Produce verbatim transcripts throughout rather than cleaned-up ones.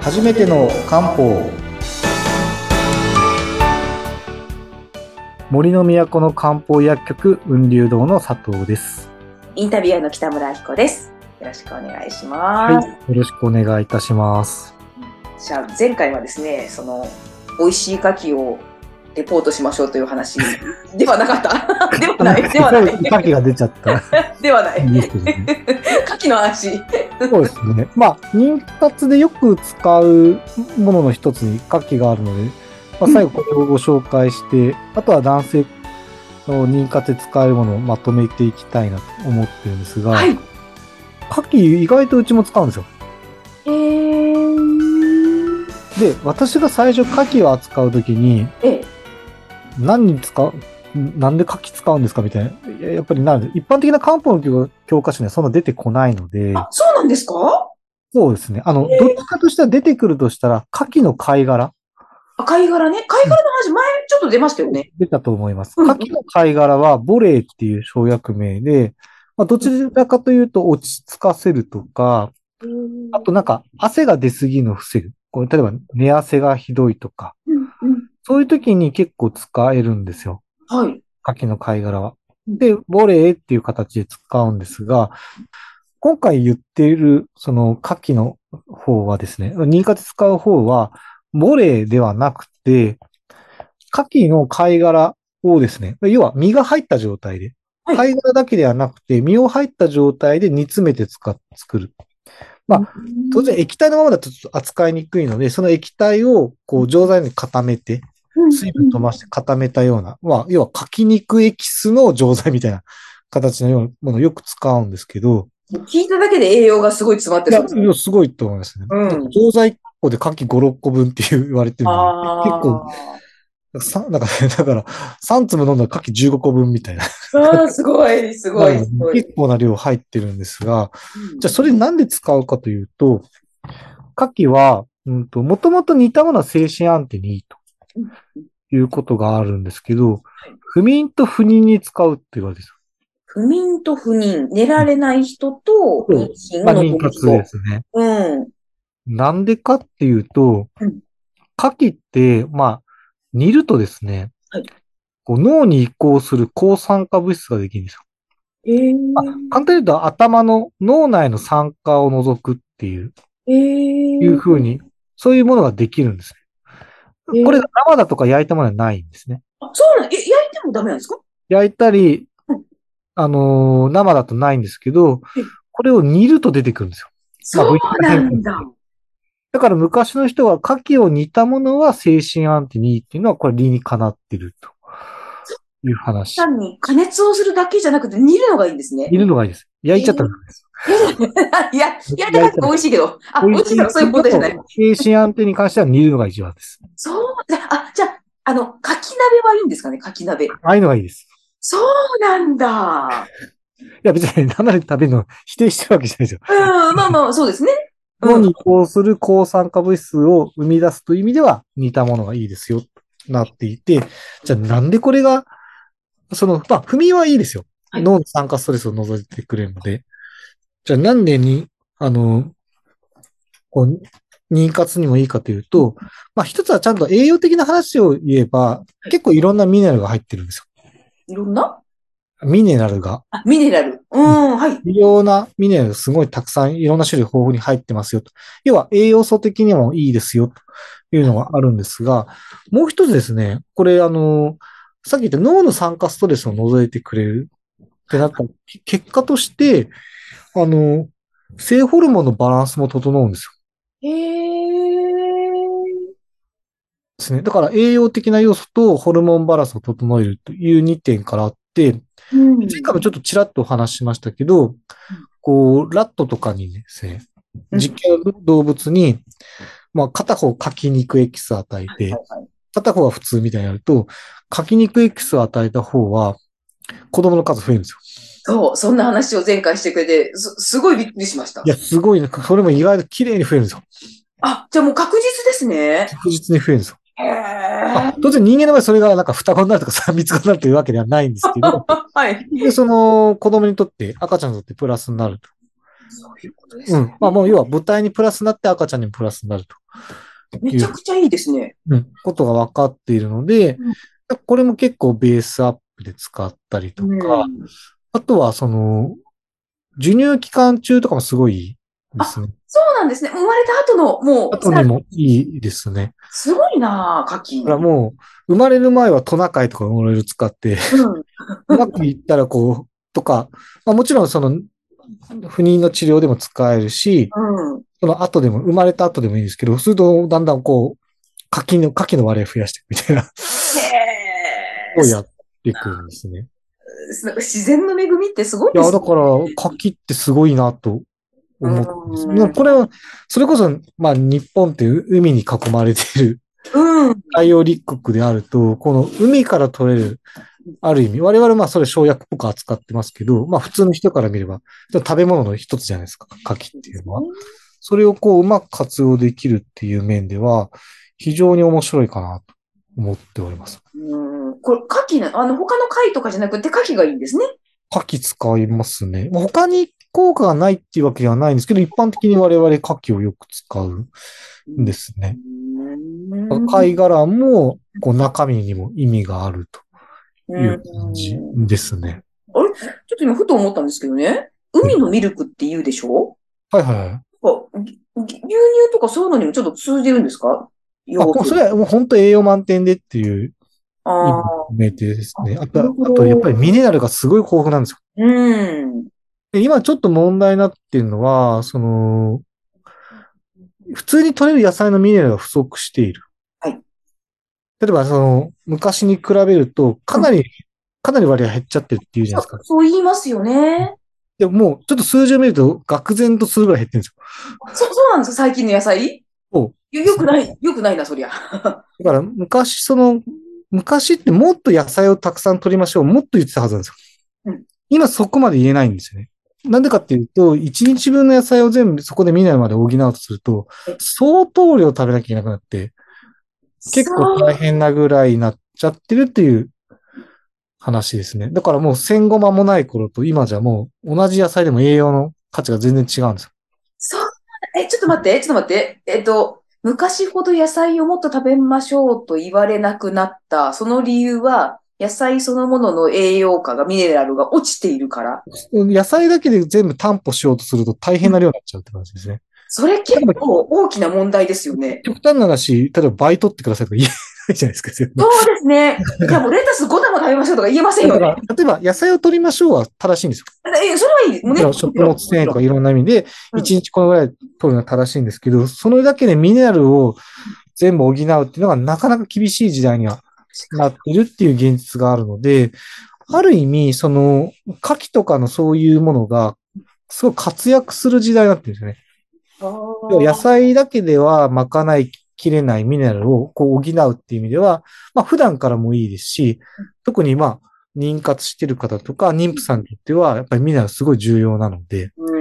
初めての漢方。森の都の漢方薬局雲龍堂の佐藤です。 インタビュアーの北村明子です。よろしくお願いします。 はい、よろしくお願いいたします。 じゃあ前回はですね、その美味しい牡蠣をレポートしましょうという話ではなかったではないではない牡蠣が出ちゃったではないですけどね、 牡蠣の話そうですね。まあ妊活でよく使うものの一つに牡蠣があるので、まあ、最後これをご紹介して、うん、あとは男性の妊活で使えるものをまとめていきたいなと思ってるんですが、はい、牡蠣意外とうちも使うんですよ。 えー、 で、私が最初牡蠣を扱うときに、ええ、何に使う、なんで牡蠣使うんですかみたいな。やっぱりなる。一般的な漢方の教科書にはそんな出てこないので。 あ、そうなんですか？ そうですね。あの、えー、どっちかとしては出てくるとしたら、牡蠣の貝殻。 あ、貝殻ね。貝殻の話、前ちょっと出ましたよね。 出たと思います。牡蠣の貝殻は、ボレーっていう生薬名で、まあ、どちらかというと落ち着かせるとか、あとなんか、汗が出すぎの防ぐ。こう例えば、寝汗がひどいとか、うんうん、そういう時に結構使えるんですよ。 はい。 牡蠣の貝殻は。で、ボレーっていう形で使うんですが、今回言っている、その牡蠣の方はですね、妊活使う方は、ボレーではなくて、牡蠣の貝殻をですね、要は身が入った状態で、はい、貝殻だけではなくて、身を入った状態で煮詰めて使っ作る。まあ、当然液体のままだと扱いにくいので、その液体をこう錠剤に固めて、水分飛ばして固めたような、まあ、要は牡蠣肉エキスの錠剤みたいな形のようなものをよく使うんですけど、 聞いただけで栄養がすごい詰まってそうですね。 いや、すごいと思いますね。うん、錠剤いっこで牡蠣ご、ろっこぶんって言われてるので、結構、さなんか、だから、さん粒飲んだら牡蠣じゅうごこぶんみたいな。 ああ、すごい、すごい、すごい。 結構な量入ってるんですが、うん、じゃあそれなんで使うかというと、牡蠣は、うんと、もともと似たものは精神安定にいいということがあるんですけど、不眠と不妊に使うって言われてるんですよ。 不眠と不妊、寝られない人と妊娠を望む人。まあ、妊活ですね。 うん。 なんでかっていうと、うん、牡蠣って、まあ、煮るとですね、はい、こう脳に移行する抗酸化物質ができるんですよ。 えー、 あ簡単に言うと頭の脳内の酸化を除くっていう、 えー、 いうふうに、そういうものができるんですね。これが生だとか焼いたものはないんですね。 あ、そうなん、え、焼いてもダメなんですか？ 焼いたり、うん、あのー、生だとないんですけど、これを煮ると出てくるんですよ。 そうなんだ。 だから昔の人は牡蠣を煮たものは精神安定にいいっていうのはこれ理にかなってるという話。 単に加熱をするだけじゃなくて煮るのがいいんですね。 煮るのがいいです。焼いちゃったらダメです。 いや、焼いたら美味しいけど。あ、美味しいからそういう問題じゃない。 精神安定に関しては煮るのが一番です。 そう、あ、じゃあ、あの、牡蠣鍋はいいんですかね、牡蠣鍋。 ああいうのがいいです。 そうなんだ。 いや、別に生で食べるの否定してるわけじゃないですよ。 うん、まあまあ、そうですね。 脳に移行する抗酸化物質を生み出すという意味では似たものがいいですよ、となっていて、じゃあなんでこれが、その、まあ、不眠はいいですよ。脳の酸化ストレスを除いてくれるので。じゃあなんでに、あの、こう、妊活にもいいかというと、まあ一つはちゃんと栄養的な話を言えば、結構いろんなミネラルが入ってるんですよ。 いろんなミネラルが。 あ、ミネラル。うん、はい。 微量なミネラルすごいたくさんいろんな種類豊富に入ってますよと。要は栄養素的にもいいですよというのがあるんですが、もう一つですね、これあの、さっき言った脳の酸化ストレスを除いてくれるってなった結果として、あの、性ホルモンのバランスも整うんですよ。へー。 ですね。だから栄養的な要素とホルモンバランスを整えるというにてんからあって、うん、前回もちょっとちらっとお話ししましたけど、こう、ラットとかにですね、実験の動物に、まあ、片方牡蠣肉エキスを与えて、片方は普通みたいになると、牡蠣肉エキスを与えた方は、子供の数増えるんですよ。 そう、そんな話を前回してくれて、す、すごいびっくりしました。 いや、すごいね。それも意外と綺麗に増えるんですよ。 あ、じゃあもう確実ですね。 確実に増えるんですよ。 へー。 当然人間の場合それがなんか双子になるとか三密子になるというわけではないんですけど、 はい。 で、その子供にとって、赤ちゃんにとってプラスになると。 そういうことですね。 うん。まあもう要は母体にプラスになって赤ちゃんにもプラスになるとめいうちゃくちゃいいですね。 うんことが分かっているので、 うん。 これも結構ベースアップで使ったりとか、 うん。 あとはその、授乳期間中とかもすごいですあ、 ね。 そうなんですね。生まれた後の、もう、さらに、 後にもいいですね。 すごいなぁ、牡蠣。 だからもう、生まれる前はトナカイとかいろいろ使って、 うん。 うまくいったらこう、とか、まあ、もちろんその、不妊の治療でも使えるし、 うん。 その後でも、生まれた後でもいいんですけど、するとだんだんこう、牡蠣の、牡蠣の割合を増やしていくみたいな、 へえ。すをやっていくんですね。 なんか自然の恵みってすごいいや、 ですね。 だから、牡蠣ってすごいなとう思ってます。まあん。 これは、それこそ、まあ、日本って海に囲まれているうん。 海洋立国であると、この海から取れる、ある意味、我々はまあそれ生薬っぽく扱ってますけど、まあ普通の人から見れば、食べ物の一つじゃないですか、牡蠣っていうのは。それをこううまく活用できるっていう面では、非常に面白いかなと思っております。 うん。これ、牡蠣な、あの、他の貝とかじゃなくて牡蠣がいいんですね。 牡蠣使いますね。まあ他に効果がないっていうわけではないんですけど、一般的に我々牡蠣をよく使うんですね。 うん。 貝殻も、こう中身にも意味があるとういう感じん。 ですね。 あれちょっと今ふと思ったんですけどね。海のミルクって言うでしょ？ はいはいはい。 こうぎぎ牛乳とかそういうのにもちょっと通じるんですか？ あ、 要素。 もうそれはもう本当栄養満点でっていう意味あを込めてですあ、 ね。あと、 なるほあとやっぱりど。 ミネラルがすごい豊富なんですよ。 うん。 で、今ちょっと問題になっているのは、その、普通に取れる野菜のミネラルが不足している。 はい。 例えば、その、昔に比べると、かうん。 なり、かなり割合減っちゃってるっていうじゃないですか。 そう、そう言いますよね。 でももう、ちょっと数字を見ると、愕然とするぐらい減ってるんですよ。 そう、そうなんですか、最近の野菜？ そうよ、 ですね。 よくない、よくないな、そりゃ。 だから、昔、その、昔ってもっと野菜をたくさん取りましょう、もっと言ってたはずなんですよ。 うん。 今そこまで言えないんですよね。なんでかっていうと、いちにちぶんの野菜を全部そこでミネラルまで補おうとすると、 え、 相当量食べなきゃいけなくなって、結構大そう。 変なぐらいになっちゃってるっていう話ですね。だからもう戦後間もない頃と今じゃもう同じ野菜でも栄養の価値が全然違うんですよ。 そう。え、ちょっと待って、ちょっと待って。えっと、昔ほど野菜をもっと食べましょうと言われなくなった、その理由は、野菜そのものの栄養価が、ミネラルが落ちているから。 野菜だけで全部担保しようとすると大うん。 変な量になっちゃうって感じですね。 それ結例えば構大きな問題ですよね。 極端な話、例えば倍取ってくださいとか言えないじゃないですか、全然。 そうですね。じゃあもうレタスご玉食べましょうとか言えませんよね。 だから、例えば野菜を取りましょうは正しいんですよ。 え、それはいい。もうね、 もちろんもちろん、 食物もちろん。 繊維とかいろんな意味で、 うん。 いちにちこのぐらい取るのは正しいんですけど、それだけでミネラルを全部補うっていうのがなかなか厳しい時代にはなっているっていう現実があるので、ある意味、その、牡蠣とかのそういうものが、すごい活躍する時代になってるんですよね。 あ要は野あ、 菜だけでは賄いきれないミネラルをこう補うっていう意味では、まあ普段からもいいですし、特にまあ妊活してる方とか妊婦さんにとっては、やっぱりミネラルすごい重要なので、 うん。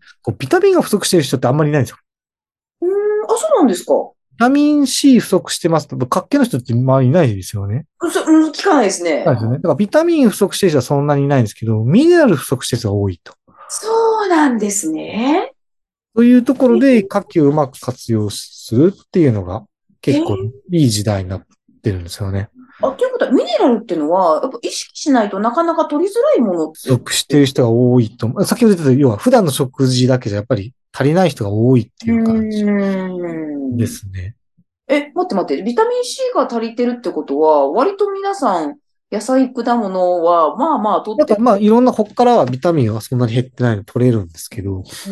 こうビタミンが不足してる人ってあんまりいないんですよ。 うん、あ、そうなんですか。 ビタミン C 不足してますと、活気の人って周りいないですよね。 そ、うん、聞かないですね。 ないですよね。だからビタミン不足してる人はそんなにいないんですけど、ミネラル不足してる人が多いと。 そうなんですね。 というところで、牡蠣をうまく活用するっていうのが結構えー、 いい時代になってるんですよね。 あ、ということは、ミネラルっていうのは、やっぱ意識しないとなかなか取りづらいものっ不て。 足している人が多いと思う。先ほど言った要は普段の食事だけじゃやっぱり足りない人が多いってういう感じでーん。 すね。 え、待って待って。ビタミン C が足りてるってことは、割と皆さん、野菜、果物は、まあまあ取ってる。 だからまあいろんなこっからはビタミンはそんなに減ってないので取れるんですけど、 うん。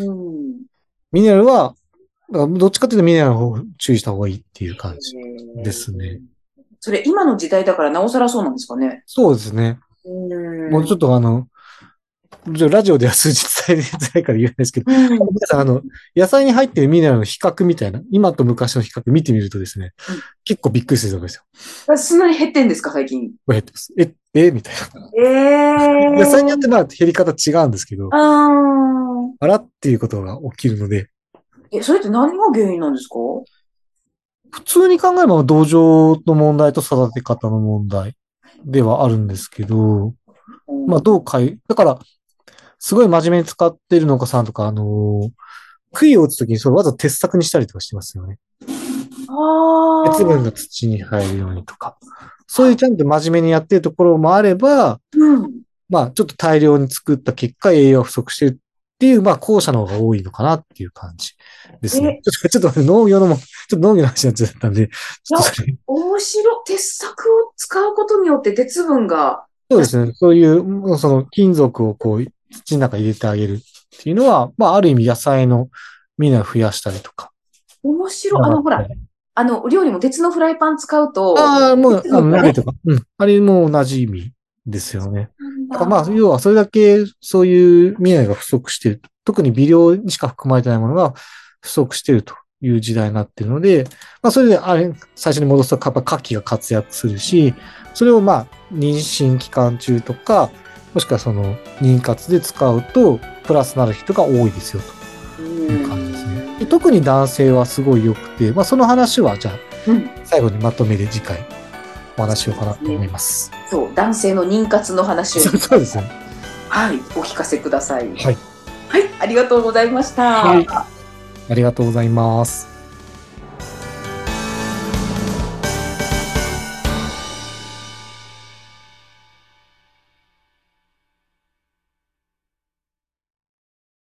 ミネラルは、だからどっちかというとミネラルの方を注意した方がいいっていう感じでえすね。 ー、それ、今の時代だからなおさらそうなんですかね。 そうですね。 うーん。 もうちょっとあの、じゃあラジオでは数日伝えづらいから言えないですけど、 うん。 皆さんあの、野菜に入っているミネラルの比較みたいな、今と昔の比較見てみるとですね、 うん。 結構びっくりすると思いますよ。 そんなに減ってんですか、最近？ これ減ってます。え、えみたいな。 ええ野菜によってー。 まあ減り方違うんですけど、 あー。 あらっていうことが起きるので、 え、それって何が原因なんですか？ 普通に考えれば土壌の問題と育て方の問題ではあるんですけど、 うん。 まあどうかい、だから、すごい真面目に使ってる農家さんとか、あのー、杭を打つときにそれわざと鉄柵にしたりとかしてますよね。 あ鉄分があ、 土に入るようにとか、そういうちゃんと真面目にやってるところもあれば、 うん。 まあ、ちょっと大量に作った結果、栄養不足してるっていう、まあ、後者の方が多いのかなっていう感じですね。 え、 ちょっと、ちょっと農業のも、ちょっと農業の話になっちゃったんで、ちょいや、 っとそれ、 面白い。鉄柵を使うことによって鉄分が、やす、 そうですね。そういう、その金属をこう、土の中に入れてあげるっていうのは、まあ、ある意味野菜のミネラル増やしたりとか、 面白い。あの、ほら、 なって。 あの、料理も鉄のフライパン使うと、 ああ、もう、あの、 鉄分がね、 鍋とか、うん。あれも同じ意味ですよね。 なんだからまあ、 だ。 要はそれだけそういうミネラルが不足している。特に微量にしか含まれてないものが不足しているという時代になっているので、まあ、それであれ、最初に戻すと、やっぱ牡蠣が活躍するし、それをまあ、妊娠期間中とか、もしくはその、妊活で使うと、プラスなる人が多いですよ、 うという感じですね。でーん。 特に男性はすごい良くて、まあ、その話は、じゃあ、 うん。 最後にまとめで次回お話しそようかなと思うですね。 います。 そう、男性の妊活の話をそう次回、 そうですね。 はい、お聞かせください。 はい。 はい、ありがとうございましはい。 た。 ありがとうございます。